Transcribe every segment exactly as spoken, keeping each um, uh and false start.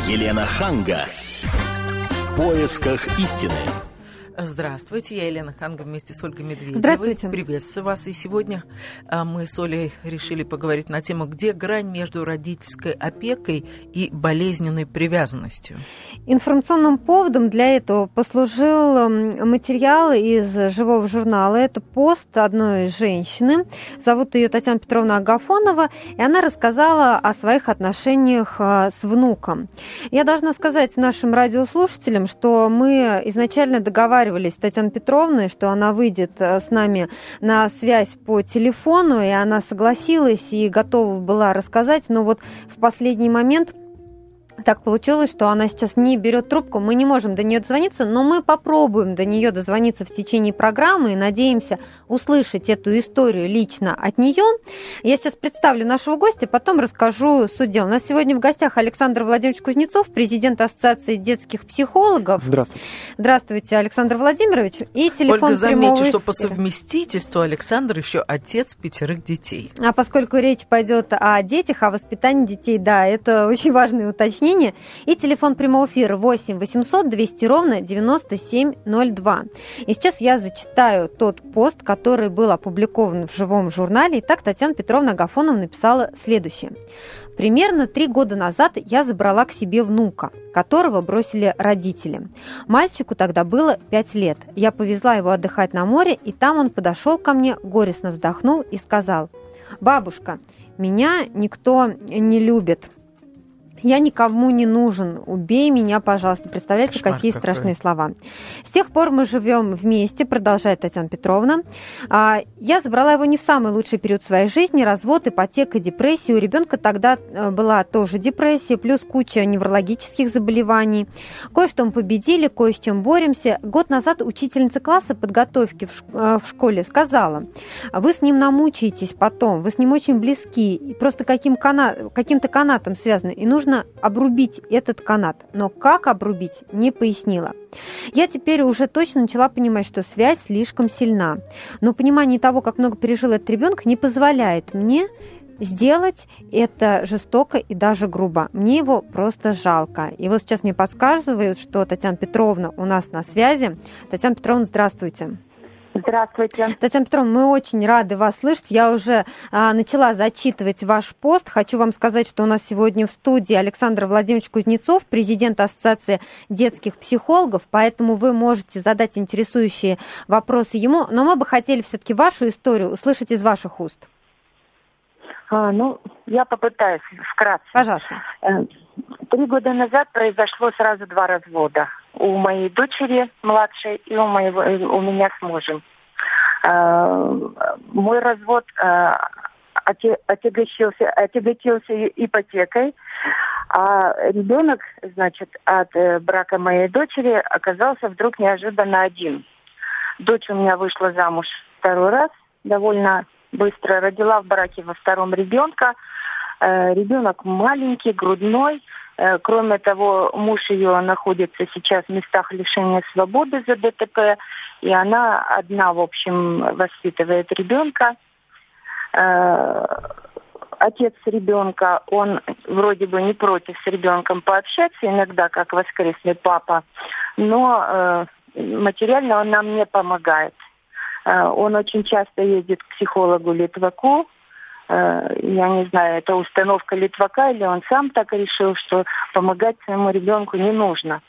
Елена Ханга. В поисках истины. Здравствуйте, я Елена Ханга вместе с Ольгой Медведевой. Здравствуйте. Приветствую вас. И сегодня мы с Олей решили поговорить на тему, где грань между родительской опекой и болезненной привязанностью. Информационным поводом для этого послужил материал из живого журнала. Это пост одной женщины. Зовут ее Татьяна Петровна Агафонова. И она рассказала о своих отношениях с внуком. Я должна сказать нашим радиослушателям, что мы изначально договаривались с Татьяной Петровной, что она выйдет с нами на связь по телефону, и она согласилась и готова была рассказать, но вот в последний момент так получилось, что она сейчас не берет трубку, мы не можем до нее дозвониться, но мы попробуем до нее дозвониться в течение программы и надеемся услышать эту историю лично от нее. Я сейчас представлю нашего гостя, потом расскажу суть дела. У нас сегодня в гостях Александр Владимирович Кузнецов, президент Ассоциации детских психологов. Здравствуйте. Здравствуйте, Александр Владимирович. И телефон Ольга, прямого замечу, эфира. что по совместительству Александр еще отец пятерых детей. А поскольку речь пойдет о детях, о воспитании детей, да, это очень важное уточнение. И телефон прямого эфира восемь восемьсот двести ровно девяносто семь ноль два. И сейчас я зачитаю тот пост, который был опубликован в живом журнале. Итак, Татьяна Петровна Агафонова написала следующее. Примерно три года назад я забрала к себе внука, которого бросили родители. Мальчику тогда было пять лет. Я повезла его отдыхать на море, и там он подошел ко мне, горестно вздохнул и сказал: «Бабушка, меня никто не любит. Я никому не нужен, убей меня, пожалуйста». Представляете, Кошмар какие какой. страшные слова. С тех пор мы живем вместе, продолжает Татьяна Петровна. Я забрала его не в самый лучший период своей жизни. Развод, ипотека, депрессия. У ребенка тогда была тоже депрессия, плюс куча неврологических заболеваний. Кое-что мы победили, кое с чем боремся. Год назад учительница класса подготовки в школе сказала: вы с ним намучаетесь потом, вы с ним очень близки, и просто каким канат, каким-то канатом связаны, и нужно обрубить этот канат. Но как обрубить, не пояснила. Я теперь уже точно начала понимать, что связь слишком сильна. Но понимание того, как много пережил этот ребенок, не позволяет мне сделать это жестоко и даже грубо. Мне его просто жалко. И вот сейчас мне подсказывают, что Татьяна Петровна у нас на связи. Татьяна Петровна, здравствуйте. Здравствуйте. Татьяна Петровна, мы очень рады вас слышать. Я уже а, начала зачитывать ваш пост. Хочу вам сказать, что у нас сегодня в студии Александр Владимирович Кузнецов, президент Ассоциации детских психологов, поэтому вы можете задать интересующие вопросы ему. Но мы бы хотели все-таки вашу историю услышать из ваших уст. А, ну, я попытаюсь вкратце. Пожалуйста. Три года назад произошло сразу два развода. У моей дочери младшей и у, моего, у меня с мужем. Мой развод отягощился, отяготился ипотекой, а ребенок, значит, от брака моей дочери оказался вдруг неожиданно один. Дочь у меня вышла замуж второй раз, довольно быстро родила в браке во втором ребенка. Ребенок маленький, грудной. Кроме того, муж ее находится сейчас в местах лишения свободы за ДТП, и она одна, в общем, воспитывает ребенка. Отец ребенка, он вроде бы не против с ребенком пообщаться иногда, как воскресный папа, но материально он нам не помогает. Он очень часто ездит к психологу Литваку. Я не знаю, это установка Литвака, или он сам так решил, что помогать своему ребенку не нужно.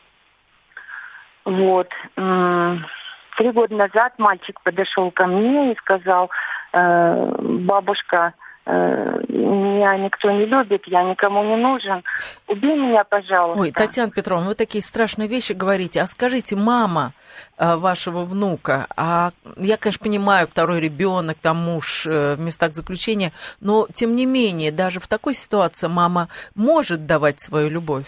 Вот. Три года назад мальчик подошел ко мне и сказал: бабушка, меня никто не любит, я никому не нужен, убей меня, пожалуйста. Ой, Татьяна Петровна, вы такие страшные вещи говорите. А скажите, мама вашего внука, а я, конечно, понимаю, второй ребенок, там муж в местах заключения, но, тем не менее, даже в такой ситуации мама может давать свою любовь?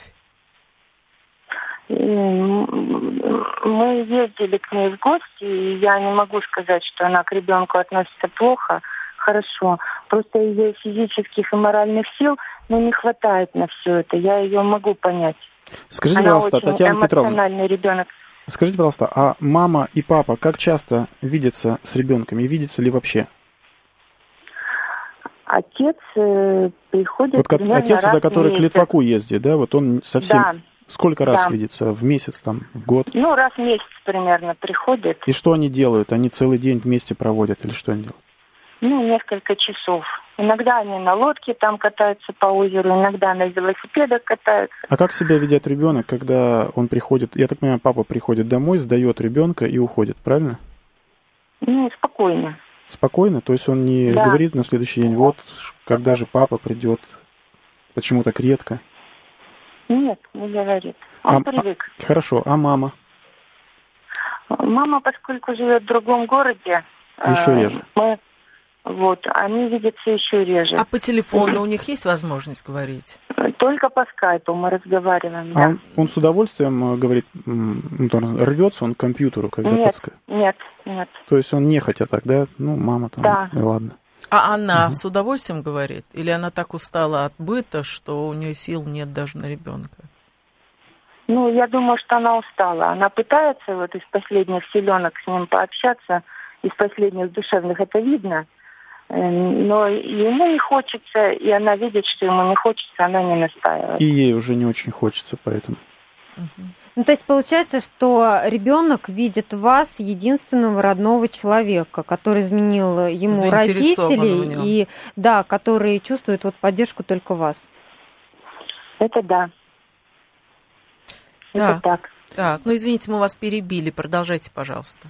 Мы ездили к ней в гости, и я не могу сказать, что она к ребенку относится плохо. Хорошо. Просто ее физических и моральных сил, ну, не хватает на все это. Я ее могу понять. Скажите, Она пожалуйста, очень Татьяна Петровна, эмоциональный ребенок. Скажите, пожалуйста, а мама и папа как часто видятся с ребенком и видятся ли вообще? Отец э, приходит Вот как, примерно отец, раз это который в к месяц. Литваку ездит, да? Вот он совсем... Да. Сколько раз Да. видится? В месяц, там, в год? Ну, раз в месяц примерно приходит. И что они делают? Они целый день вместе проводят или что они делают? Ну, несколько часов. Иногда они на лодке там катаются по озеру, иногда на велосипедах катаются. А как себя ведет ребенок, когда он приходит, я так понимаю, папа приходит домой, сдает ребенка и уходит, правильно? Ну, спокойно. Спокойно? То есть он не Да. говорит на следующий день, вот, когда же папа придет, почему так редко? Нет, не говорит. Он А- привык. Хорошо, а мама? Мама, поскольку живет в другом городе, Еще э, реже. мы, вот, они видятся еще реже. А по телефону у них есть возможность говорить? Только по скайпу мы разговариваем. А Да. он, он с удовольствием э, говорит, м, ну, там, рвется он к компьютеру, когда Нет, подска- нет, нет. То есть он нехотя так, да? Ну, мама там, Да. и ладно. А она с удовольствием говорит? Или она так устала от быта, что у нее сил нет даже на ребенка? Ну, я думаю, что она устала. Она пытается вот из последних силенок с ним пообщаться, из последних душевных, это видно. Э, Но ему не хочется, и она видит, что ему не хочется, она не настаивает. И ей уже не очень хочется, поэтому. Ну, то есть получается, что ребенок видит в вас единственного родного человека, который изменил ему Заинтересован в родителей, нем. и да, который чувствует вот поддержку только вас. Это да. Так. Это так. Так, ну извините, мы вас перебили. Продолжайте, пожалуйста.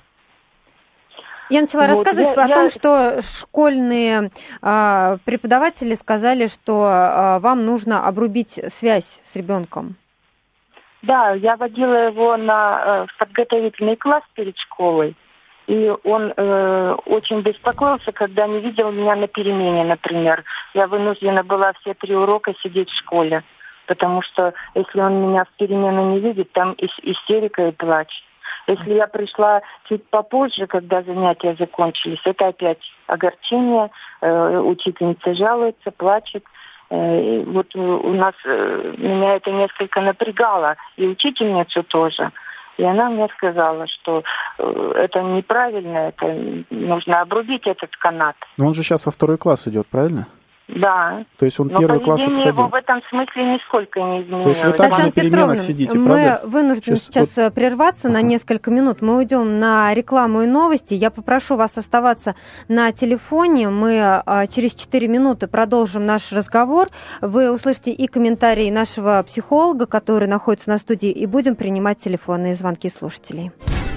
Я начала Вот, рассказывать я- о том, я- что школьные а, преподаватели сказали, что а, вам нужно обрубить связь с ребенком. Да, я водила его на э, в подготовительный класс перед школой, и он э, очень беспокоился, когда не видел меня на перемене, например. Я вынуждена была все три урока сидеть в школе, потому что если он меня в перемену не видит, там ис- истерика и плач. Если я пришла чуть попозже, когда занятия закончились, это опять огорчение, э, учительница жалуется, плачет. Э, и вот у нас э, меня это несколько напрягало, и учительницу тоже. И она мне сказала, что э, это неправильно, это нужно обрубить этот канат. Но он же сейчас во второй класс идет, правильно? Да. То есть он Но первый класс поведение его отходил. в этом смысле нисколько не То есть вы изменилось. так же Татьяна на переменах Петровна, сидите, мы правда? вынуждены Сейчас сейчас прерваться на Ага. несколько минут. Мы уйдем на рекламу и новости. Я попрошу вас оставаться на телефоне. Мы а, через четыре минуты продолжим наш разговор. Вы услышите и комментарии нашего психолога, который находится на студии, и будем принимать телефонные звонки слушателей.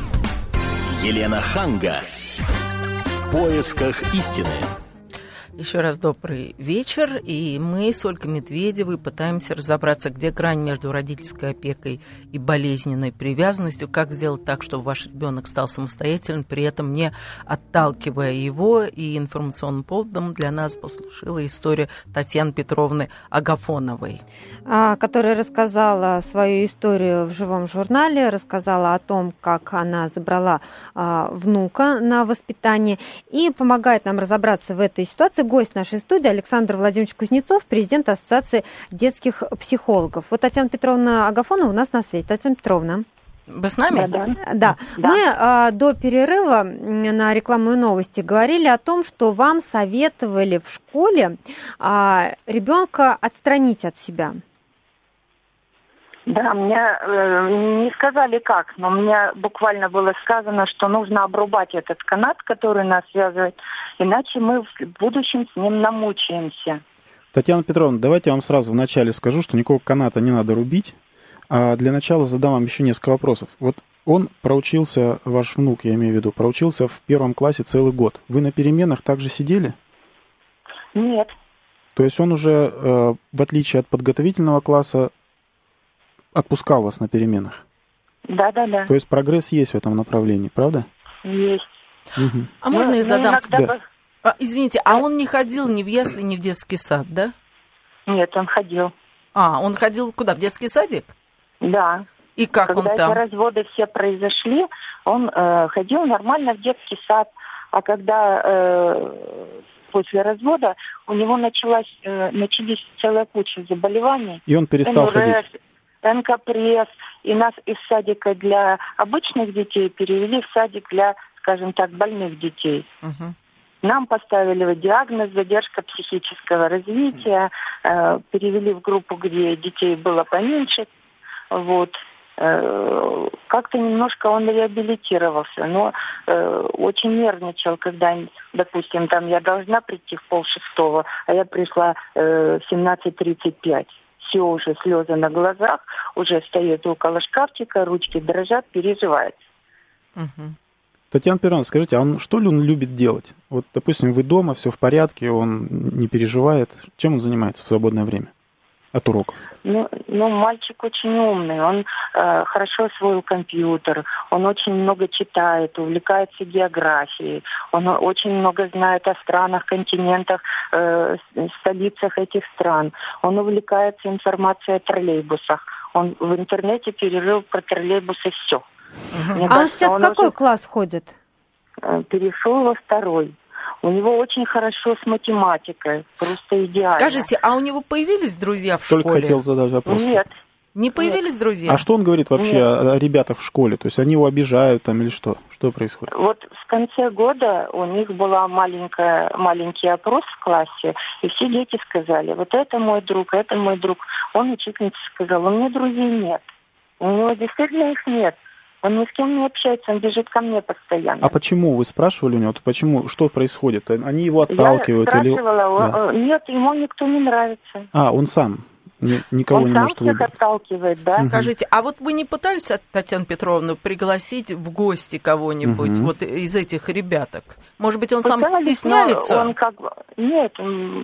Елена Ханга. В поисках истины. Еще раз добрый вечер, и мы с Ольгой Медведевой пытаемся разобраться, где грань между родительской опекой и болезненной привязанностью, как сделать так, чтобы ваш ребенок стал самостоятельным, при этом не отталкивая его, и информационным поводом для нас послужила история Татьяны Петровны Агафоновой. А, которая рассказала свою историю в живом журнале, рассказала о том, как она забрала а, внука на воспитание, и помогает нам разобраться в этой ситуации гость нашей студии Александр Владимирович Кузнецов, президент Ассоциации детских психологов. Вот Татьяна Петровна Агафонова у нас на связи. Татьяна Петровна. Вы с нами? Да, да. Да. Да. Мы а, до перерыва на рекламу и новости говорили о том, что вам советовали в школе а, ребенка отстранить от себя. Да, мне э, не сказали как, но мне буквально было сказано, что нужно обрубать этот канат, который нас связывает, иначе мы в будущем с ним намучаемся. Татьяна Петровна, давайте я вам сразу вначале скажу, что никакого каната не надо рубить. А для начала задам вам еще несколько вопросов. Вот он проучился, ваш внук, я имею в виду, проучился в первом классе целый год. Вы на переменах также сидели? Нет, То есть он уже, э, в отличие от подготовительного класса, отпускал вас на переменах? да-да-да, То есть прогресс есть в этом направлении, правда? есть. Мгм. А можно Ну, я ну, задам... иногда Да. бы- А, извините, а он не ходил ни в ясли, ни в детский сад, да? Нет, он ходил. А, он ходил куда, в детский садик? Да. И как Когда он эти там? разводы все произошли, он э, ходил нормально в детский сад. А когда э, после развода у него началась, э, начались целая куча заболеваний. И он перестал эн эр эс, ходить? эн ка пресс. И нас из садика для обычных детей перевели в садик для, скажем так, больных детей. Мгм. Нам поставили диагноз задержка психического развития, э, перевели в группу, где детей было поменьше. Вот. Э, как-то немножко он реабилитировался, но э, очень нервничал, когда, допустим, там я должна прийти в полшестого, а я пришла э, в семнадцать тридцать пять. Все уже слезы на глазах, уже стоит около шкафчика, ручки дрожат, переживает. Угу. Татьяна Петровна, скажите, а он что ли он любит делать? Вот, допустим, вы дома, все в порядке, он не переживает. Чем он занимается в свободное время от уроков? Ну, ну мальчик очень умный, он э, хорошо освоил компьютер, он очень много читает, увлекается географией, он очень много знает о странах, континентах, э, столицах этих стран. Он увлекается информацией о троллейбусах. Он в интернете перерыл про троллейбусы все. Мне а кажется, он сейчас он в какой уже класс ходит? Перешел во второй. У него очень хорошо с математикой, просто идеально. Скажите, а у него появились друзья в Только школе? Только хотел задать вопрос. Нет. Не появились Нет. друзья? А что он говорит вообще о, о ребятах в школе? То есть они его обижают там или что? Что происходит? Вот в конце года у них была маленькая, маленький опрос в классе, и все дети сказали, вот это мой друг, это мой друг. Он учительнице сказал, у меня друзей нет. У него действительно их нет. Он ни с кем не общается, он бежит ко мне постоянно. А почему? Вы спрашивали у него, почему, что происходит? Они его отталкивают? Я спрашивала, или... да. Нет, ему никто не нравится. А, он сам? Никого он не сам может всех выбрать. Отталкивает, да. Скажите, а вот вы не пытались, Татьяна Петровна, пригласить в гости кого-нибудь угу. вот из этих ребяток? Может быть, он пытались, сам стесняется? Он как... Нет,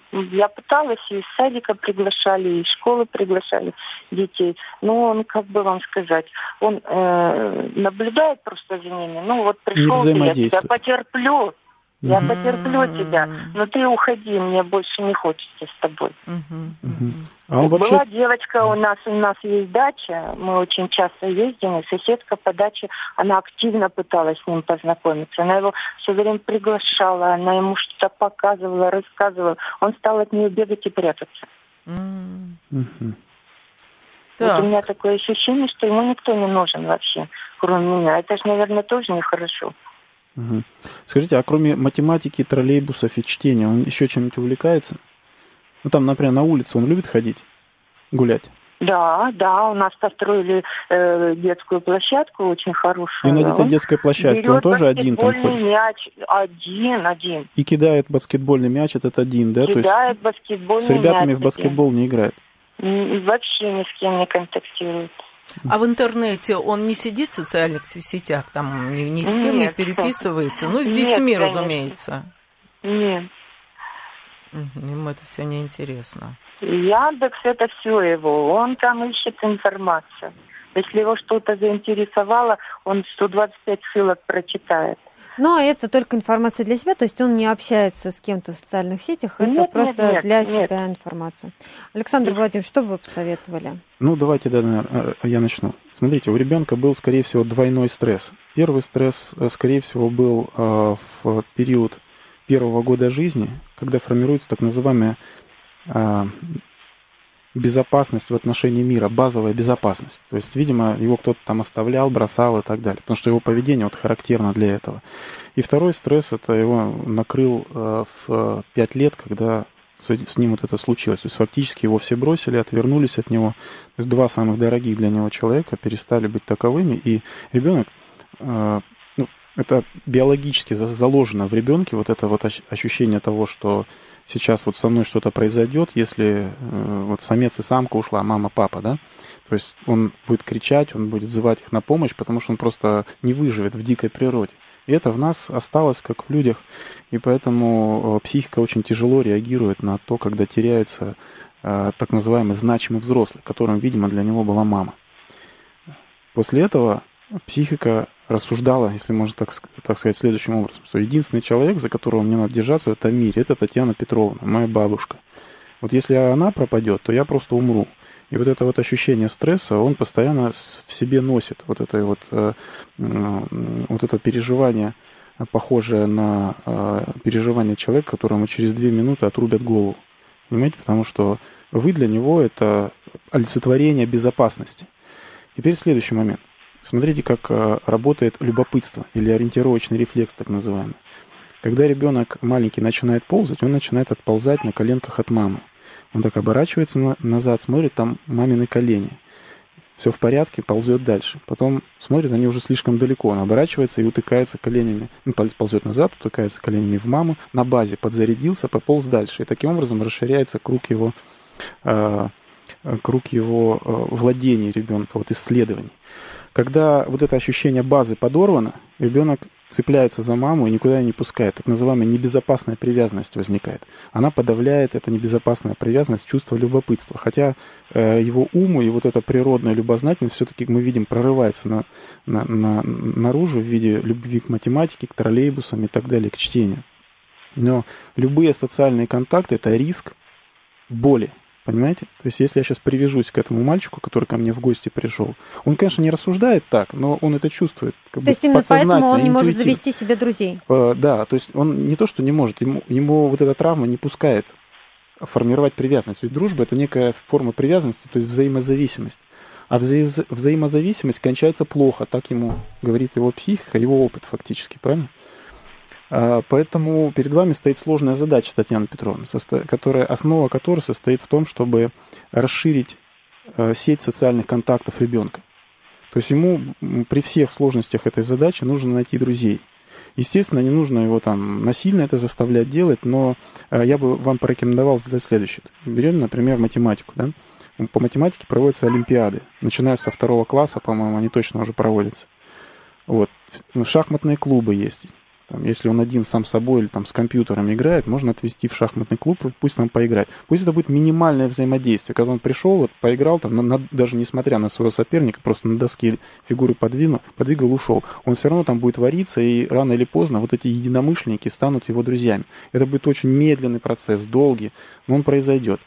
я пыталась, и из садика приглашали, и из школы приглашали детей. Но он, как бы вам сказать, он э, наблюдает просто за ними. Ну вот пришел, я тебя потерплю. Я mm-hmm. потерплю тебя, но ты уходи, мне больше не хочется с тобой. Mm-hmm. Mm-hmm. А он Была вообще... девочка, у нас, у нас есть дача, мы очень часто ездим, и соседка по даче, она активно пыталась с ним познакомиться. Она его все время приглашала, она ему что-то показывала, рассказывала. Он стал от нее бегать и прятаться. Mm-hmm. Вот у меня такое ощущение, что ему никто не нужен вообще, кроме меня. Это же, наверное, тоже нехорошо. Угу. Скажите, а кроме математики, троллейбусов и чтения, он еще чем-нибудь увлекается? Ну, там, например, на улице он любит ходить, гулять? Да, да, у нас построили э, детскую площадку очень хорошую. И на этой детской площадке он тоже один там ходит? Мяч, один, один. И кидает баскетбольный мяч, этот один, да? Кидает То есть баскетбольный мяч. С ребятами в баскетбол не играет? Вообще ни с кем не контактирует. А в интернете он не сидит в социальных сетях, там ни, ни с кем Нет, не переписывается? Ну, с Нет, детьми, конечно. разумеется. Нет. Ему это все неинтересно. Яндекс это все его. Он там ищет информацию. Если его что-то заинтересовало, он сто двадцать пять ссылок прочитает. Но это только информация для себя, то есть он не общается с кем-то в социальных сетях, это нет, просто нет, нет, для нет. себя информация. Александр Владимирович, что бы вы посоветовали? Ну, давайте, да, наверное, я начну. Смотрите, у ребенка был, скорее всего, двойной стресс. Первый стресс, скорее всего, был э, в период первого года жизни, когда формируется так называемая э, безопасность в отношении мира, базовая безопасность. То есть, видимо, его кто-то там оставлял, бросал и так далее, потому что его поведение вот характерно для этого. И второй стресс, это его накрыл э, в пять лет, когда с, с ним вот это случилось. То есть, фактически его все бросили, отвернулись от него. То есть, два самых дорогих для него человека перестали быть таковыми, и ребенок, э, ну, это биологически заложено в ребенке, вот это вот ощущение того, что сейчас вот со мной что-то произойдет, если э, вот самец и самка ушла, мама, папа, да, то есть он будет кричать, он будет звать их на помощь, потому что он просто не выживет в дикой природе. И это в нас осталось, как в людях, и поэтому психика очень тяжело реагирует на то, когда теряется э, так называемый значимый взрослый, которым, видимо, для него была мама. После этого психика рассуждала, если можно так, так сказать, следующим образом, что единственный человек, за которого мне надо держаться в этом мире, это Татьяна Петровна, моя бабушка. Вот если она пропадет, то я просто умру. И вот это вот ощущение стресса, он постоянно в себе носит. Вот это вот, вот это переживание, похожее на переживание человека, которому через две минуты отрубят голову. Понимаете? Потому что вы для него это олицетворение безопасности. Теперь следующий момент. Смотрите, как работает любопытство или ориентировочный рефлекс, так называемый. Когда ребенок маленький начинает ползать, он начинает отползать на коленках от мамы. Он так оборачивается на, назад, смотрит, там мамины колени. Все в порядке, ползет дальше. Потом смотрит, они уже слишком далеко. Он оборачивается и утыкается коленями, ну, ползет назад, утыкается коленями в маму. На базе подзарядился, пополз дальше. И таким образом расширяется круг его, э, круг его э, владений ребенка, вот исследований. Когда вот это ощущение базы подорвано, ребенок цепляется за маму и никуда ее не пускает. Так называемая небезопасная привязанность возникает. Она подавляет, эта небезопасная привязанность, чувство любопытства. Хотя э, его ум и вот эта природная любознательность все-таки, мы видим, прорывается на, на, на, наружу в виде любви к математике, к троллейбусам и так далее, к чтению. Но любые социальные контакты – это риск боли. Понимаете? То есть, если я сейчас привяжусь к этому мальчику, который ко мне в гости пришел, он, конечно, не рассуждает так, но он это чувствует. Как то есть, именно поэтому он не может завести себе друзей? Э, да, то есть, он не то, что не может, ему, ему вот эта травма не пускает формировать привязанность. Ведь дружба – это некая форма привязанности, то есть взаимозависимость. А вза- взаимозависимость кончается плохо, так ему говорит его психика, его опыт фактически, правильно? Поэтому перед вами стоит сложная задача, Татьяна Петровна, которая, основа которой состоит в том, чтобы расширить сеть социальных контактов ребенка. То есть ему при всех сложностях этой задачи нужно найти друзей. Естественно, не нужно его там насильно это заставлять делать, но я бы вам порекомендовал сделать следующее. Берем, например, математику. Да? По математике проводятся олимпиады. Начиная со второго класса, по-моему, они точно уже проводятся. Вот. Шахматные клубы есть. Там, если он один сам с собой или там, с компьютером играет, можно отвезти в шахматный клуб, пусть там поиграет. Пусть это будет минимальное взаимодействие. Когда он пришел, вот, поиграл, там, на, на, даже несмотря на своего соперника, просто на доске фигуры подвинул, подвигал, ушел. Он все равно там будет вариться, и рано или поздно вот эти единомышленники станут его друзьями. Это будет очень медленный процесс, долгий, но он произойдет.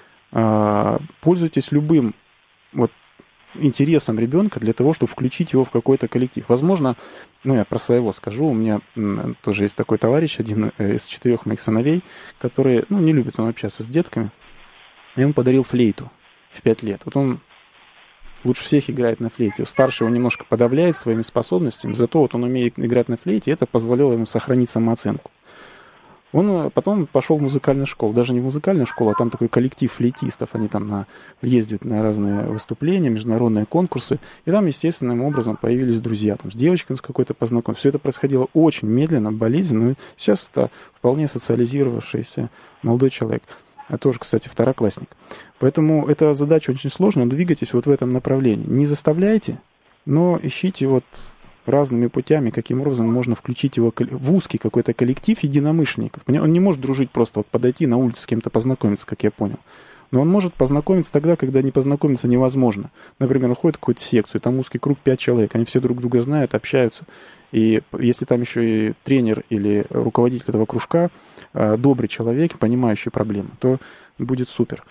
А, пользуйтесь любым вот, интересом ребенка для того, чтобы включить его в какой-то коллектив. Возможно, ну я про своего скажу, у меня тоже есть такой товарищ, один из четырех моих сыновей, который, ну, не любит он общаться с детками. Я ему подарил флейту в пять лет. Вот он лучше всех играет на флейте. Старший его немножко подавляет своими способностями, зато вот он умеет играть на флейте, и это позволило ему сохранить самооценку. Он потом пошел в музыкальную школу, даже не в музыкальную школу, а там такой коллектив флейтистов, они там на, ездят на разные выступления, международные конкурсы, и там естественным образом появились друзья, там с девочкой с какой-то познакомился. Все это происходило очень медленно, болезненно, но сейчас это вполне социализировавшийся молодой человек, а тоже, кстати, второклассник. Поэтому эта задача очень сложная, но двигайтесь вот в этом направлении. Не заставляйте, но ищите вот разными путями, каким образом можно включить его в узкий какой-то коллектив единомышленников. Он не может дружить просто, вот подойти на улице с кем-то познакомиться, как я понял. Но он может познакомиться тогда, когда не познакомиться невозможно. Например, он ходит в какую-то секцию, там узкий круг, пять человек, они все друг друга знают, общаются. И если там еще и тренер или руководитель этого кружка добрый человек, понимающий проблему, то будет супер.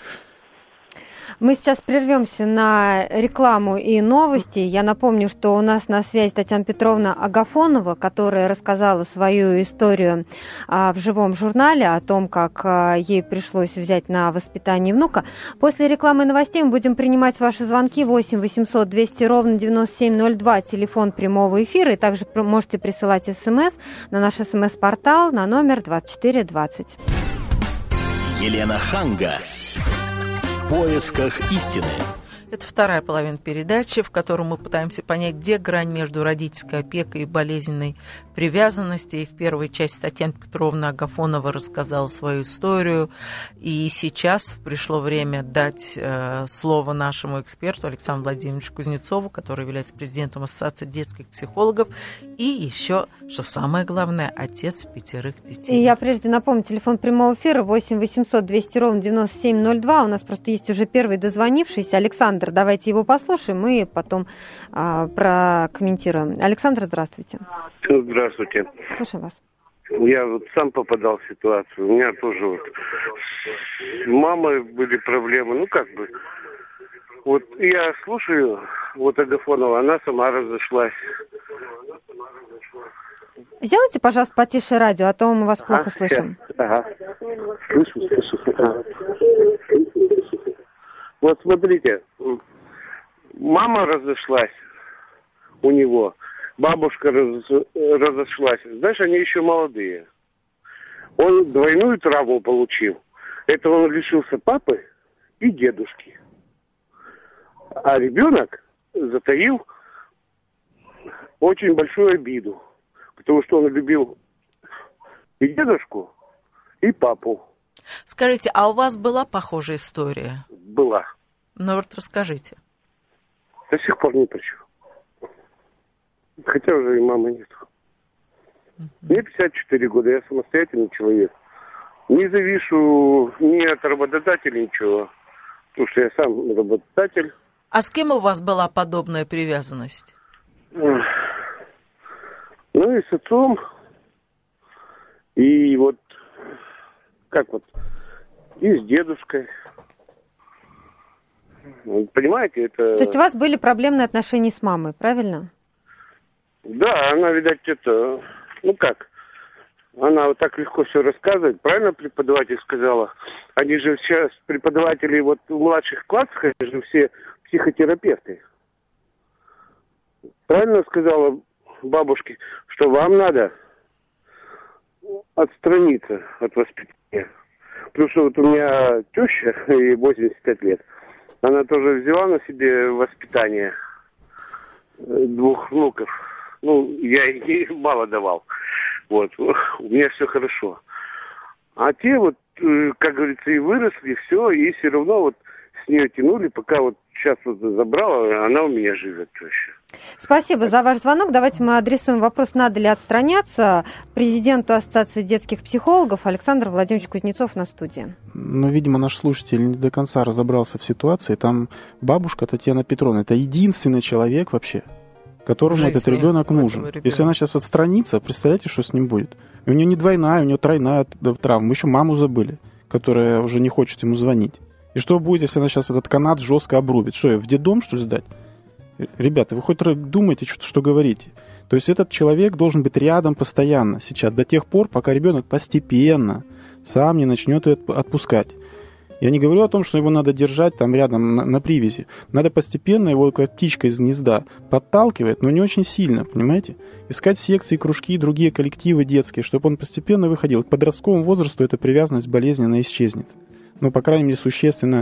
Мы сейчас прервемся на рекламу и новости. Я напомню, что у нас на связи Татьяна Петровна Агафонова, которая рассказала свою историю а, в живом журнале о том, как а, ей пришлось взять на воспитание внука. После рекламы и новостей мы будем принимать ваши звонки восемь восемьсот двести ровно девяносто семь ноль два, телефон прямого эфира. И также можете присылать смс на наш смс-портал на номер двадцать четыре двадцать. Елена Ханга. В поисках истины. Это вторая половина передачи, в которой мы пытаемся понять, где грань между родительской опекой и болезненной привязанностью. И в первой части Татьяна Петровна Агафонова рассказала свою историю. И сейчас пришло время дать э, слово нашему эксперту Александру Владимировичу Кузнецову, который является президентом Ассоциации детских психологов. И еще, что самое главное, отец пятерых детей. И я прежде напомню, телефон прямого эфира восемь восемьсот двести ровно девяносто семь ноль два. У нас просто есть уже первый дозвонившийся, Александр. Давайте его послушаем и потом а, прокомментируем. Александр, здравствуйте. Здравствуйте. Слушаю вас. Я вот сам попадал в ситуацию. У меня тоже вот с мамой были проблемы. Ну, как бы. Вот я слушаю вот Агафонова, она сама разошлась. Сделайте, пожалуйста, потише радио, а то мы вас плохо а, слышим. Сейчас. Ага. Слышу, слышу. Ага. Вот смотрите, мама разошлась у него, бабушка раз, разошлась. Знаешь, они еще молодые. Он двойную травму получил. Это он лишился папы и дедушки. А ребенок затаил очень большую обиду. Потому что он любил и дедушку, и папу. Скажите, а у вас была похожая история? Была. Ну вот расскажите. До сих пор не прощу. Хотя уже и мамы нет. Мне пятьдесят четыре года, я самостоятельный человек. Не завишу ни от работодателя, ничего. Потому что я сам работодатель. А с кем у вас была подобная привязанность? Ну и с отцом. И вот, как вот, и с дедушкой. Понимаете, это... То есть у вас были проблемные отношения с мамой, правильно? Да, она, видать, это... Ну как? Она вот так легко все рассказывает. Правильно преподаватель сказала? Они же сейчас, преподаватели вот в младших классах, они же все психотерапевты. Правильно сказала бабушке, что вам надо отстраниться от воспитания. Плюс вот у меня теща, ей восемьдесят пять лет, она тоже взяла на себе воспитание двух внуков. Ну, я ей мало давал. Вот, у меня все хорошо. А те вот, как говорится, и выросли, все, и все равно вот с нее тянули, пока вот сейчас вот забрала, она у меня живет еще. Спасибо за ваш звонок. Давайте мы адресуем вопрос, надо ли отстраняться президенту Ассоциации детских психологов Александр Владимирович Кузнецов на студии. Ну, видимо, наш слушатель не до конца разобрался в ситуации. Там бабушка Татьяна Петровна, это единственный человек вообще, которому этот ребенок нужен. Если она сейчас отстранится, представляете, что с ним будет? И у нее не двойная, у нее тройная травма. Мы еще маму забыли, которая уже не хочет ему звонить. И что будет, если она сейчас этот канат жестко обрубит? Что, ее в детдом, что ли, сдать? Ребята, вы хоть думаете, что, что говорите? То есть этот человек должен быть рядом постоянно сейчас, до тех пор, пока ребенок постепенно сам не начнет ее отпускать. Я не говорю о том, что его надо держать там рядом на, на привязи. Надо постепенно его, как птичка из гнезда, подталкивать, но не очень сильно, понимаете? Искать секции, кружки и другие коллективы детские, чтобы он постепенно выходил. К подростковому возрасту эта привязанность болезненно исчезнет. Ну, по крайней мере, существенно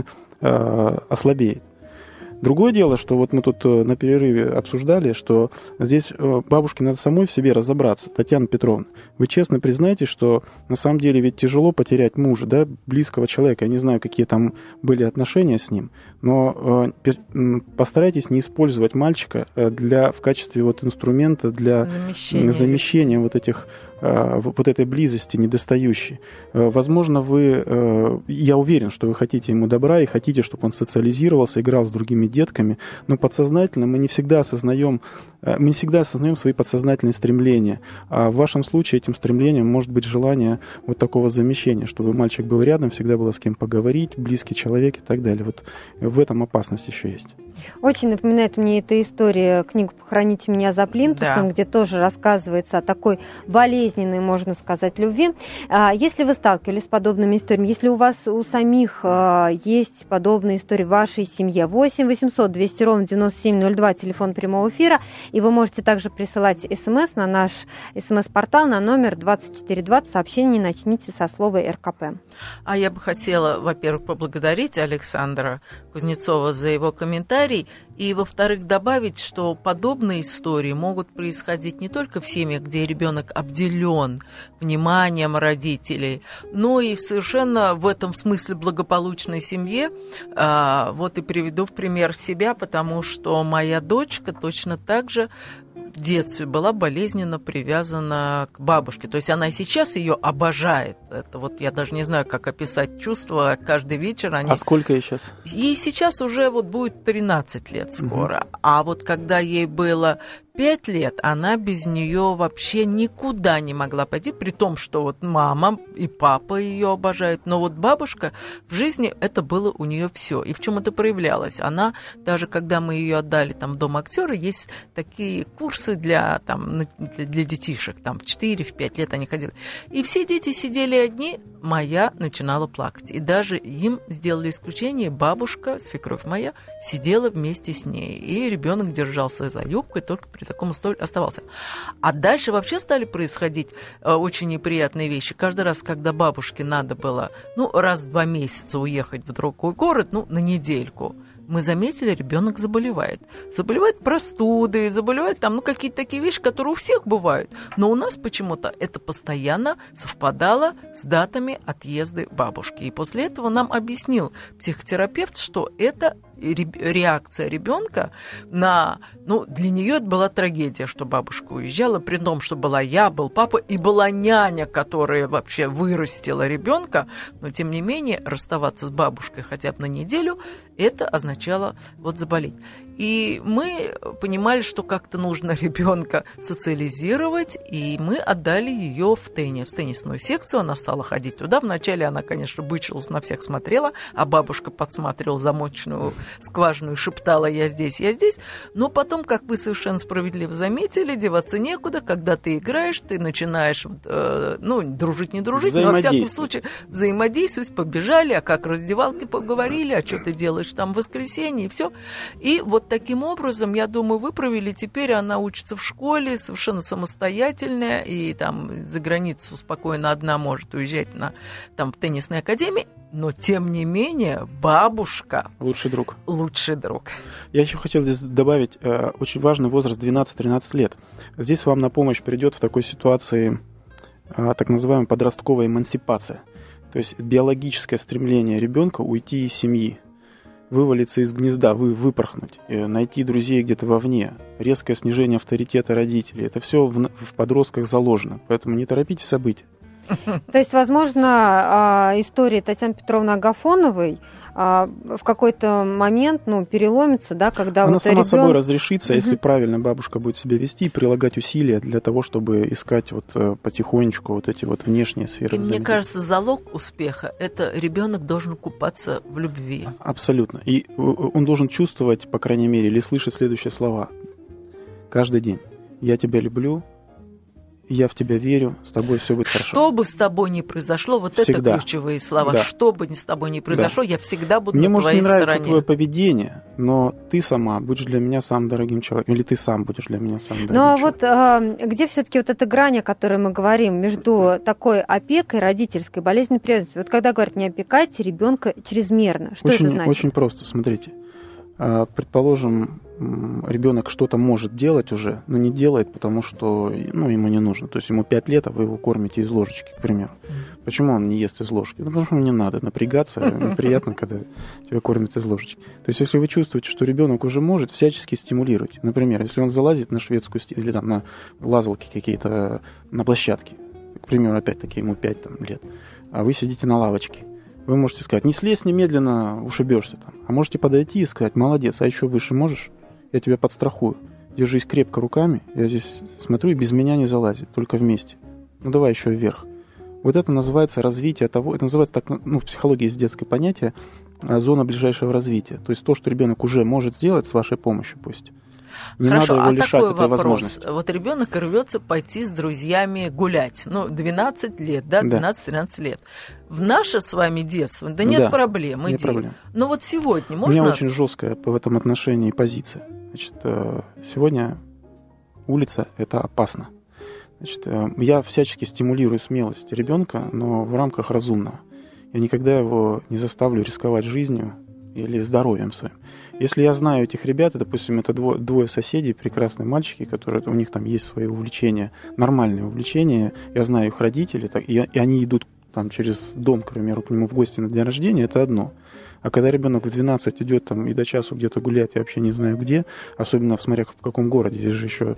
э, ослабеет. Другое дело, что вот мы тут на перерыве обсуждали, что здесь бабушке надо самой в себе разобраться. Татьяна Петровна, вы честно признаете, что на самом деле ведь тяжело потерять мужа, да, близкого человека. Я не знаю, какие там были отношения с ним, но э, постарайтесь не использовать мальчика для, в качестве вот инструмента для замещения, замещения вот этих вот этой близости недостающей. Возможно, вы, я уверен, что вы хотите ему добра и хотите, чтобы он социализировался, играл с другими детками, но подсознательно мы не всегда осознаем, мы не всегда осознаем свои подсознательные стремления. А в вашем случае этим стремлением может быть желание вот такого замещения, чтобы мальчик был рядом, всегда было с кем поговорить, близкий человек и так далее. Вот в этом опасность еще есть. Очень напоминает мне эта история, книгу «Похороните меня за плинтусом», да, где тоже рассказывается о такой болезненной, можно сказать, любви. Если вы сталкивались с подобными историями, если у вас у самих есть подобные истории в вашей семье, восемь восемьсот двести ровно девяносто семь ноль два, телефон прямого эфира, и вы можете также присылать смс на наш смс-портал на номер двадцать четыре двадцать, сообщение начните со слова эр ка пэ. А я бы хотела, во-первых, поблагодарить Александра Кузнецова за его комментарий, и, во-вторых, добавить, что подобные истории могут происходить не только в семьях, где ребенок обделен вниманием родителей, но и в совершенно в этом смысле благополучной семье. А, вот и приведу в пример себя, потому что моя дочка точно так же в детстве была болезненно привязана к бабушке. То есть она и сейчас ее обожает. Это вот я даже не знаю, как описать чувства. Каждый вечер они... А сколько ей сейчас? Ей сейчас уже вот будет тринадцать лет скоро. Угу. А вот когда ей было пять лет, она без нее вообще никуда не могла пойти, при том, что вот мама и папа ее обожают, но вот бабушка в жизни это было у нее все. И в чем это проявлялось? Она, даже когда мы ее отдали там в дом актера, есть такие курсы, курсы для, там, для, для детишек, там, в четыре-пять лет они ходили. И все дети сидели одни, моя начинала плакать. И даже им сделали исключение, бабушка, свекровь моя, сидела вместе с ней. И ребенок держался за юбкой, только при таком столе оставался. А дальше вообще стали происходить э, очень неприятные вещи. Каждый раз, когда бабушке надо было, ну, раз в два месяца уехать в другой город, ну, на недельку, мы заметили, ребенок заболевает. Заболевает простудой, заболевает там, ну, какие-то такие вещи, которые у всех бывают. Но у нас почему-то это постоянно совпадало с датами отъезда бабушки. И после этого нам объяснил психотерапевт, что это реакция ребенка на... Ну, для нее это была трагедия, что бабушка уезжала, при том, что была я, был папа и была няня, которая вообще вырастила ребенка, но, тем не менее, расставаться с бабушкой хотя бы на неделю, это означало вот заболеть. И мы понимали, что как-то нужно ребенка социализировать, и мы отдали ее в теннис, в теннисную секцию. Она стала ходить туда. Вначале она, конечно, бычилась, на всех смотрела, а бабушка подсматривала замочную скважину и шептала: «Я здесь, я здесь». Но потом, как вы совершенно справедливо заметили, деваться некуда. Когда ты играешь, ты начинаешь, э, ну, дружить, не дружить, но, во всяком случае, взаимодействовать, побежали, а как в раздевалке поговорили, а что ты делаешь там в воскресенье, и все. И вот таким образом, я думаю, выправили. Теперь она учится в школе, совершенно самостоятельная, и там за границу спокойно одна может уезжать на, там, в теннисной академии. Но, тем не менее, бабушка... Лучший друг. Лучший друг. Я еще хотел здесь добавить э, очень важный возраст двенадцать-тринадцать лет. Здесь вам на помощь придет в такой ситуации э, так называемая подростковая эмансипация. То есть биологическое стремление ребенка уйти из семьи, вывалиться из гнезда, вы, выпорхнуть, найти друзей где-то вовне, резкое снижение авторитета родителей. Это все в, в подростках заложено, поэтому не торопите события. То есть, возможно, история Татьяны Петровны Агафоновой в какой-то момент, ну, переломится, да, когда она вот сама ребён... собой разрешится, угу. если правильно бабушка будет себя вести и прилагать усилия для того, чтобы искать вот потихонечку вот эти вот внешние сферы. И мне кажется, залог успеха – это ребенок должен купаться в любви. Абсолютно. И он должен чувствовать, по крайней мере, или слышать следующие слова каждый день: «Я тебя люблю, я в тебя верю, с тобой все будет хорошо». Что бы с тобой ни произошло, вот всегда. Это ключевые слова. Да. Что бы с тобой ни произошло, да. Я всегда буду Мне на твоей стороне. Мне может не нравится твое поведение, но ты сама будешь для меня самым дорогим человеком. Или ты сам будешь для меня самым дорогим ну, а человеком. Ну вот где все-таки вот эта грань, о которой мы говорим, между такой опекой, родительской, болезненной привязанностью? Вот когда говорят, не опекайте ребенка чрезмерно, что очень, это значит? Очень просто, смотрите. Предположим, ребенок что-то может делать уже, но не делает, потому что, ну, ему не нужно. То есть ему пять лет, а вы его кормите из ложечки, к примеру. Mm. Почему он не ест из ложки? Ну, потому что ему не надо напрягаться, неприятно, когда тебя кормят из ложечки. То есть если вы чувствуете, что ребенок уже может, всячески стимулируйте. Например, если он залазит на шведскую стену или там на лазалки какие-то, на площадке, к примеру, опять-таки ему пять там, лет, а вы сидите на лавочке, вы можете сказать: не слезь немедленно, ушибешься там. А можете подойти и сказать: молодец, а еще выше можешь? Я тебя подстрахую. Держись крепко руками, я здесь смотрю, и без меня не залазит, только вместе. Ну давай еще вверх. Вот это называется развитие того, это называется, так, ну, в психологии есть детское понятие, зона ближайшего развития. То есть то, что ребенок уже может сделать с вашей помощью, пусть. Не Хорошо, надо его а лишать такой этой вопрос. возможности. Вот ребенок рвется пойти с друзьями гулять. Ну, двенадцать лет, да, двенадцать-тринадцать лет. В наше с вами детство, да нет да, проблем, иди. Проблем. Но вот сегодня можно... У меня очень жесткая в этом отношении позиция. Значит, сегодня улица – это опасно. Значит, я всячески стимулирую смелость ребенка, но в рамках разумного. Я никогда его не заставлю рисковать жизнью или здоровьем своим. Если я знаю этих ребят, допустим, это двое, двое соседей, прекрасные мальчики, которые, у них там есть свои увлечения, нормальные увлечения, я знаю их родителей, так, и, и они идут там через дом, к примеру, к нему в гости на день рождения, это одно. А когда ребенок в двенадцать идет там и до часу где-то гуляет, я вообще не знаю где, особенно смотря в каком городе, здесь же еще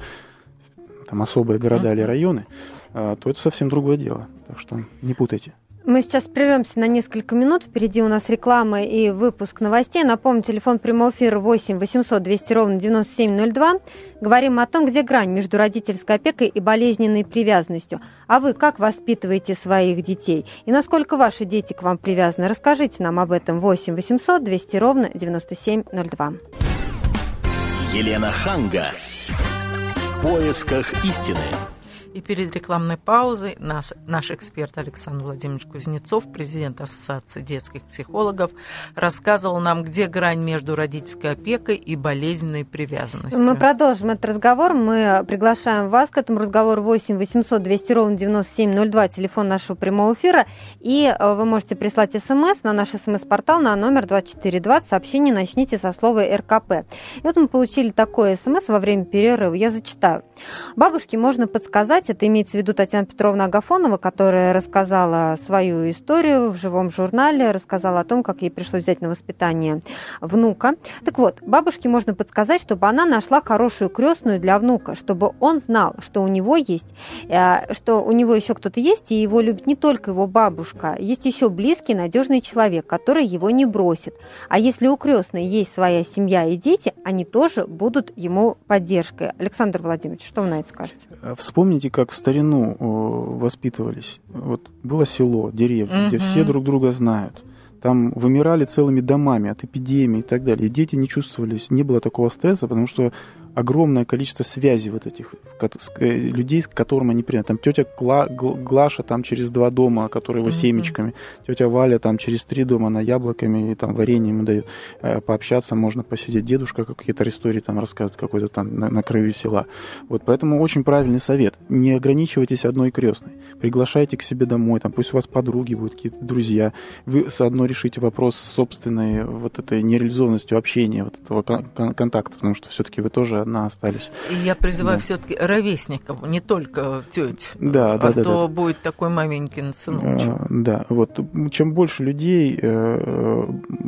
там особые города или районы, то это совсем другое дело. Так что не путайте. Мы сейчас прервемся на несколько минут. Впереди у нас реклама и выпуск новостей. Напомню, телефон прямого эфира восемь восемьсот двести ровно девяносто семь ноль два. Говорим о том, где грань между родительской опекой и болезненной привязанностью. А вы как воспитываете своих детей? И насколько ваши дети к вам привязаны? Расскажите нам об этом. восемь восемьсот двести ровно девяносто семь ноль два. Елена Ханга. В В поисках истины. И перед рекламной паузой наш, наш эксперт Александр Владимирович Кузнецов, президент Ассоциации детских психологов, рассказывал нам, где грань между родительской опекой и болезненной привязанностью. Мы продолжим этот разговор. Мы приглашаем вас к этому разговору. Восемь восемьсот двести ровно девяносто семь ноль два, телефон нашего прямого эфира. И вы можете прислать смс на наш смс-портал на номер двадцать четыре двадцать. Сообщение начните со слова эр ка пэ. И вот мы получили такое смс во время перерыва. Я зачитаю. Бабушке можно подсказать, это имеется в виду Татьяна Петровна Агафонова, которая рассказала свою историю в живом журнале, рассказала о том, как ей пришлось взять на воспитание внука. Так вот, бабушке можно подсказать, чтобы она нашла хорошую крестную для внука, чтобы он знал, что у него есть, что у него еще кто-то есть, и его любит не только его бабушка, есть еще близкий, надежный человек, который его не бросит. А если у крестной есть своя семья и дети, они тоже будут ему поддержкой. Александр Владимирович, что вы на это скажете? Вспомните, как в старину воспитывались. Вот было село, деревня, угу. где все друг друга знают. Там вымирали целыми домами от эпидемии и так далее. И дети не чувствовались, не было такого стресса, потому что огромное количество связей вот этих людей, с которыми они приняты. Там тетя Гла, Глаша там через два дома, которые его mm-hmm. семечками. Тетя Валя там через три дома, она яблоками и там варенье ему дает. Пообщаться можно, посидеть. Дедушка какие-то истории там рассказывает, какой-то там на, на краю села. Вот поэтому очень правильный совет. Не ограничивайтесь одной крестной. Приглашайте к себе домой, там пусть у вас подруги будут, какие-то друзья. Вы заодно решите вопрос с собственной вот этой нереализованностью общения, вот этого кон- контакта, потому что все-таки вы тоже одна остались. И я призываю да. все-таки ровесников, не только теть, да, а да, то да, да. будет такой маменькин сыночек. А, да, вот. Чем больше людей э,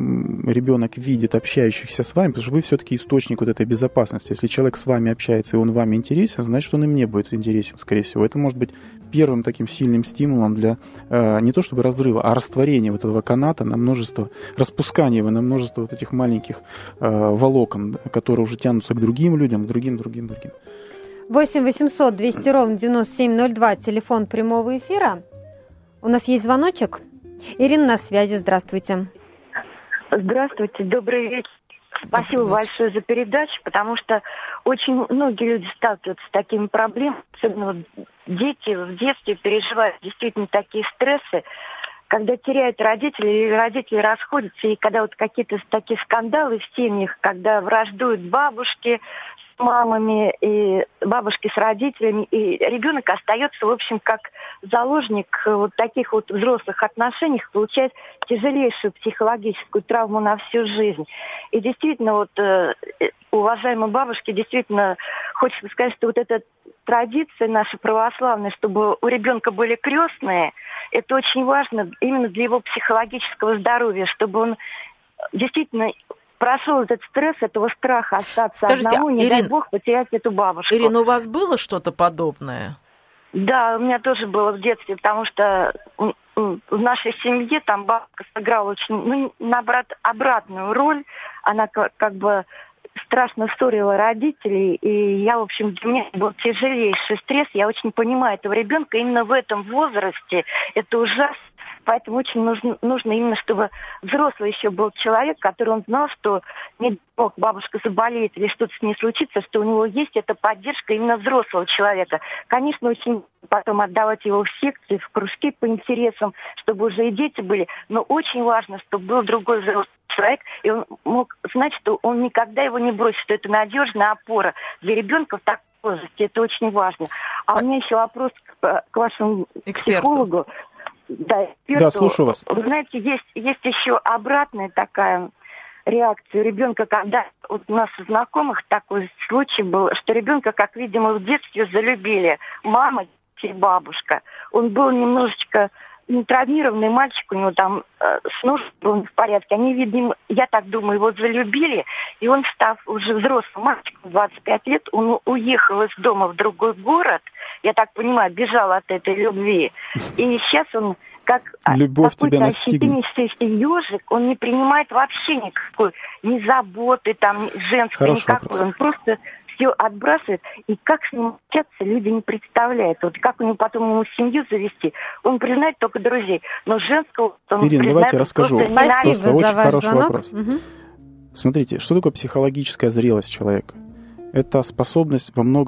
ребенок видит, общающихся с вами, потому что вы все-таки источник вот этой безопасности. Если человек с вами общается, и он вам интересен, значит, он и мне будет интересен, скорее всего. Это может быть первым таким сильным стимулом для э, не то чтобы разрыва, а растворения вот этого каната на множество, распускания его на множество вот этих маленьких э, волокон, которые уже тянутся к другим людям, к другим, другим, другим. восемь восемьсот двести ровно девяносто семь ноль два, телефон прямого эфира. У нас есть звоночек. Ирина на связи, здравствуйте. Здравствуйте, добрый вечер. Спасибо большое за передачу, потому что очень многие люди сталкиваются с такими проблемами, особенно дети в детстве переживают действительно такие стрессы, когда теряют родителей или родители расходятся, и когда вот какие-то такие скандалы в семьях, когда враждуют бабушки с мамами и бабушки с родителями, и ребенок остается, в общем, как заложник вот таких вот взрослых отношений, получает тяжелейшую психологическую травму на всю жизнь. И действительно, вот, э, уважаемые бабушки, действительно, хочется сказать, что вот эта традиция наша православная, чтобы у ребенка были крестные, это очень важно именно для его психологического здоровья, чтобы он действительно прошел этот стресс, этого страха остаться Скажите, одному, не Ирин, дай бог потерять эту бабушку. Ирина, у вас было что-то подобное? Да, у меня тоже было в детстве, потому что в нашей семье там бабушка сыграла очень, ну, наоборот, обратную роль. Она как, как бы страшно ссорила родителей, и я, в общем, для меня был тяжелейший стресс. Я очень понимаю этого ребенка именно в этом возрасте. Это ужасно. Поэтому очень нужно, нужно именно, чтобы взрослый еще был человек, который он знал, что не дай бог бабушка заболеет или что-то с ней случится, что у него есть эта поддержка именно взрослого человека. Конечно, очень потом отдавать его в секции, в кружки по интересам, чтобы уже и дети были, но очень важно, чтобы был другой взрослый человек, и он мог знать, что он никогда его не бросит, что это надежная опора для ребенка в таком возрасте. Это очень важно. А у меня еще вопрос к, к вашему эксперту. Психологу. Да, эксперту. Да, слушаю вас. Вы знаете, есть, есть еще обратная такая реакция ребенка, когда вот у нас у знакомых такой случай был, что ребенка, как видимо, в детстве залюбили мама и бабушка. Он был немножечко ну, травмированный мальчик, у него там э, с ножкой был не в порядке. Они, видимо, я так думаю, его залюбили, и он, став уже взрослым мальчиком, двадцать пять лет, он уехал из дома в другой город, я так понимаю, бежал от этой любви. И сейчас он как любовь тебя настигнет. Ежик, он не принимает вообще никакой ни заботы, там, женской, Хороший никакой. вопрос. Он просто все отбрасывает. И как с ним общаться, люди не представляют. Вот как у него потом ему семью завести. Он признает только друзей. Но женского он Ирина, признает, давайте я расскажу. Спасибо Просто за очень ваш хороший звонок. вопрос. Угу. Смотрите, что такое психологическая зрелость человека? Это способность во многом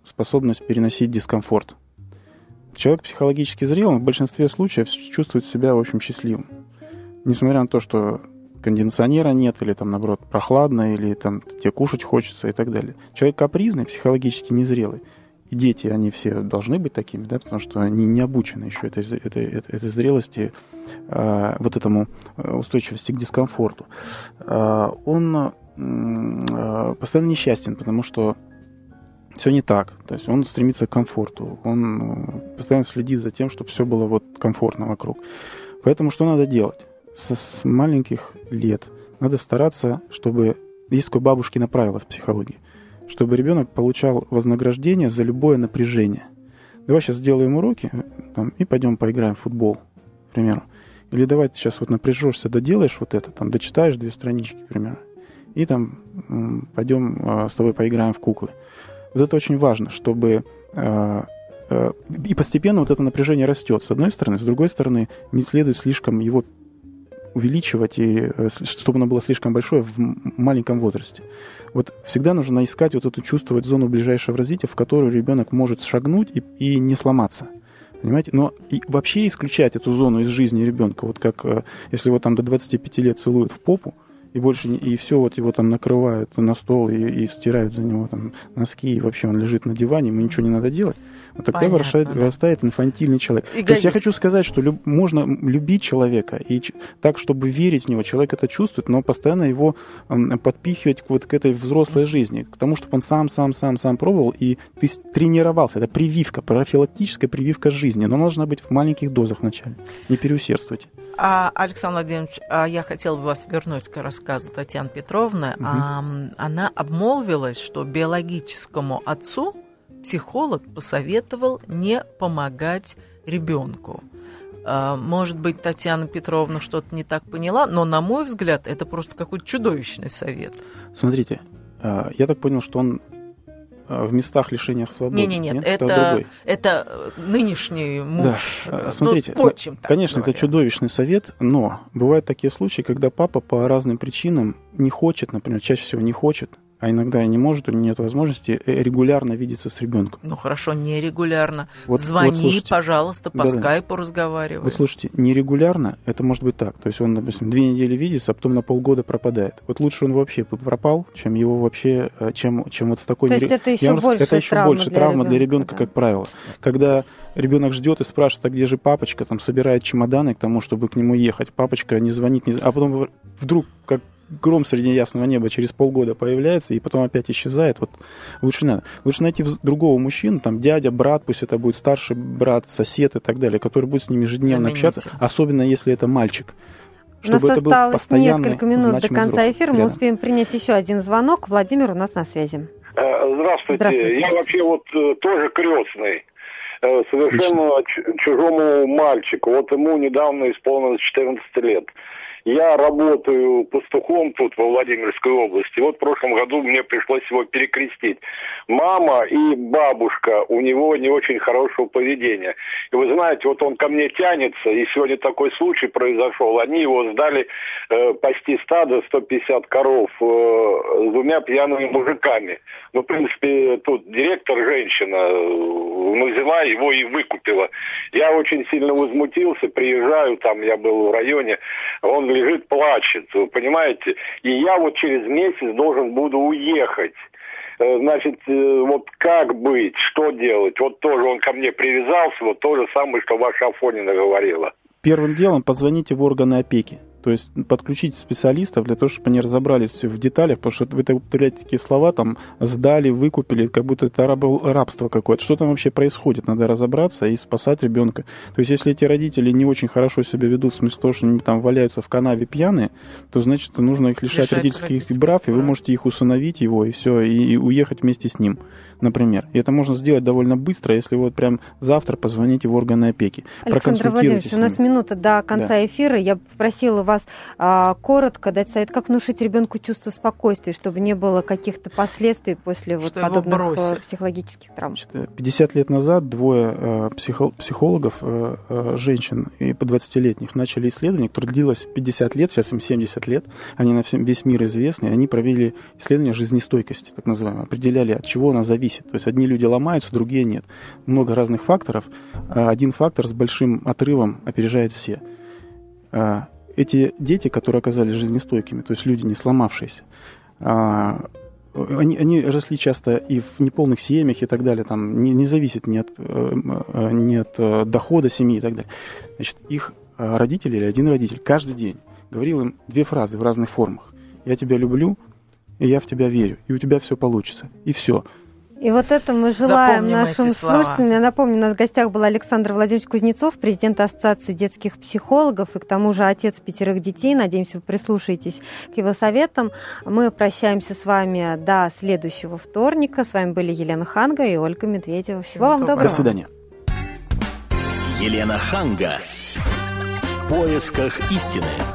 способность переносить дискомфорт. Человек психологически зрелый в большинстве случаев чувствует себя, в общем, счастливым. Несмотря на то, что кондиционера нет, или там, наоборот, прохладно, или там тебе кушать хочется и так далее. Человек капризный, психологически незрелый. И дети, они все должны быть такими, да, потому что они не обучены еще этой, этой, этой, этой зрелости, э, вот этому устойчивости к дискомфорту. Э, он э, постоянно несчастен, потому что все не так. То есть он стремится к комфорту, он постоянно следит за тем, чтобы все было вот комфортно вокруг. Поэтому что надо делать? С, с маленьких лет надо стараться, чтобы... Есть такое бабушкино правило в психологии, чтобы ребенок получал вознаграждение за любое напряжение. Давай сейчас сделаем уроки там, и пойдем поиграем в футбол, к примеру. Или давай ты сейчас вот напряжешься, доделаешь вот это, там, дочитаешь две странички, к примеру, и там м, пойдем а, с тобой поиграем в куклы. Вот это очень важно, чтобы... А, а, и постепенно вот это напряжение растет, с одной стороны. С другой стороны, не следует слишком его увеличивать, и, чтобы оно было слишком большое в маленьком возрасте. Вот всегда нужно искать вот эту, чувствовать зону ближайшего развития, в которую ребенок может шагнуть и, и не сломаться. Понимаете? Но и вообще исключать эту зону из жизни ребенка, вот как если его там до двадцати пяти лет целуют в попу, и больше не, и все, вот его там накрывают на стол и, и стирают за него там носки, и вообще он лежит на диване, ему ничего не надо делать. Вот тогда Понятно, вырастает, да. вырастает инфантильный человек. Эгоист. То есть я хочу сказать, что люб, можно любить человека, и ч, так, чтобы верить в него, человек это чувствует, но постоянно его м, подпихивать вот к этой взрослой жизни, к тому, чтобы он сам, сам, сам, сам пробовал, и ты тренировался. Это прививка, профилактическая прививка жизни, но она должна быть в маленьких дозах вначале. Не переусердствуйте. А, Александр Владимирович, а я хотела бы вас вернуть к рассказу Татьяны Петровны. Угу. А, она обмолвилась, что биологическому отцу психолог посоветовал не помогать ребенку. А, может быть, Татьяна Петровна что-то не так поняла, но, на мой взгляд, это просто какой-то чудовищный совет. Смотрите, я так понял, что он в местах лишения свободы. Не, не, нет, нет, это, это нынешний муж. Да. Смотрите, ну, отчим, конечно, говоря. Это чудовищный совет, но бывают такие случаи, когда папа по разным причинам не хочет, например, чаще всего не хочет, а иногда и не может, у него нет возможности регулярно видеться с ребенком. Ну хорошо, нерегулярно. Вот, Звони, вот пожалуйста, по да, скайпу разговаривай. Вы слушайте, нерегулярно, это может быть так. То есть он, допустим, две недели видится, а потом на полгода пропадает. Вот лучше он вообще пропал, чем его вообще, чем, чем вот с такой... То есть это еще Я больше это еще травма больше для травма для ребенка, ребенка, да. Как правило. Когда ребенок ждет и спрашивает, а где же папочка, там собирает чемоданы к тому, чтобы к нему ехать. Папочка не звонит, не... а потом вдруг как гром среди ясного неба через полгода появляется и потом опять исчезает. Вот лучше надо. Лучше найти другого мужчину, там дядя, брат, пусть это будет старший брат, сосед и так далее, который будет с ними ежедневно Замените. общаться, особенно если это мальчик. У нас Чтобы это был осталось постоянный, несколько минут до значимый конца взрослый эфира. Мы рядом. успеем принять еще один звонок. Владимир у нас на связи. Здравствуйте. Здравствуйте. Я вообще вот тоже крестный. Совершенно ч- чужому мальчику. Вот ему недавно исполнилось четырнадцать лет. Я работаю пастухом тут, во Владимирской области. Вот в прошлом году мне пришлось его перекрестить. Мама и бабушка у него не очень хорошего поведения. И вы знаете, вот он ко мне тянется, и сегодня такой случай произошел. Они его сдали э, пасти стадо, сто пятьдесят коров, э, с двумя пьяными мужиками. Ну, в принципе, тут директор, женщина, ну, взяла его и выкупила. Я очень сильно возмутился, приезжаю, там я был в районе, он лежит, плачет, вы понимаете? И я вот через месяц должен буду уехать. Значит, вот как быть, что делать? Вот тоже он ко мне привязался, вот то же самое, что ваша Афонина говорила. Первым делом позвоните в органы опеки. То есть подключить специалистов для того, чтобы они разобрались в деталях, потому что вы употребляете такие слова, там, сдали, выкупили, как будто это рабство какое-то. Что там вообще происходит? Надо разобраться и спасать ребенка. То есть если эти родители не очень хорошо себя ведут, в смысле того, что они там валяются в канаве пьяные, то, значит, нужно их лишать, лишать родительских, родительских прав, прав, и вы можете их усыновить его, и все, и, и уехать вместе с ним, например. И это можно сделать довольно быстро, если вот прям завтра позвоните в органы опеки. Александр Владимирович, у нас минута до конца да. эфира. Я попросила вас вас а, коротко дать совет, как внушить ребенку чувство спокойствия, чтобы не было каких-то последствий после вот подобных психологических травм. пятьдесят лет назад двое э, психо- психологов, э, э, женщин и по двадцатилетних, начали исследование, которое длилось пятьдесят лет, сейчас им семьдесят лет, они на всем, весь мир известны, они провели исследование жизнестойкости, так называемое, определяли, от чего она зависит. То есть одни люди ломаются, другие нет. Много разных факторов. Один фактор с большим отрывом опережает все. Эти дети, которые оказались жизнестойкими, то есть люди, не сломавшиеся, они, они росли часто и в неполных семьях и так далее, там не, не зависит ни от, ни от дохода семьи и так далее. Значит, их родители или один родитель каждый день говорил им две фразы в разных формах. «Я тебя люблю», и «я в тебя верю», и «у тебя все получится», и все. И вот это мы желаем Запомним нашим слушателям. Я напомню, у нас в гостях был Александр Владимирович Кузнецов, президент Ассоциации детских психологов, и к тому же отец пятерых детей. Надеемся, вы прислушаетесь к его советам. Мы прощаемся с вами до следующего вторника. С вами были Елена Ханга и Ольга Медведева. Всего вам доброго. До свидания. Елена Ханга. В поисках истины.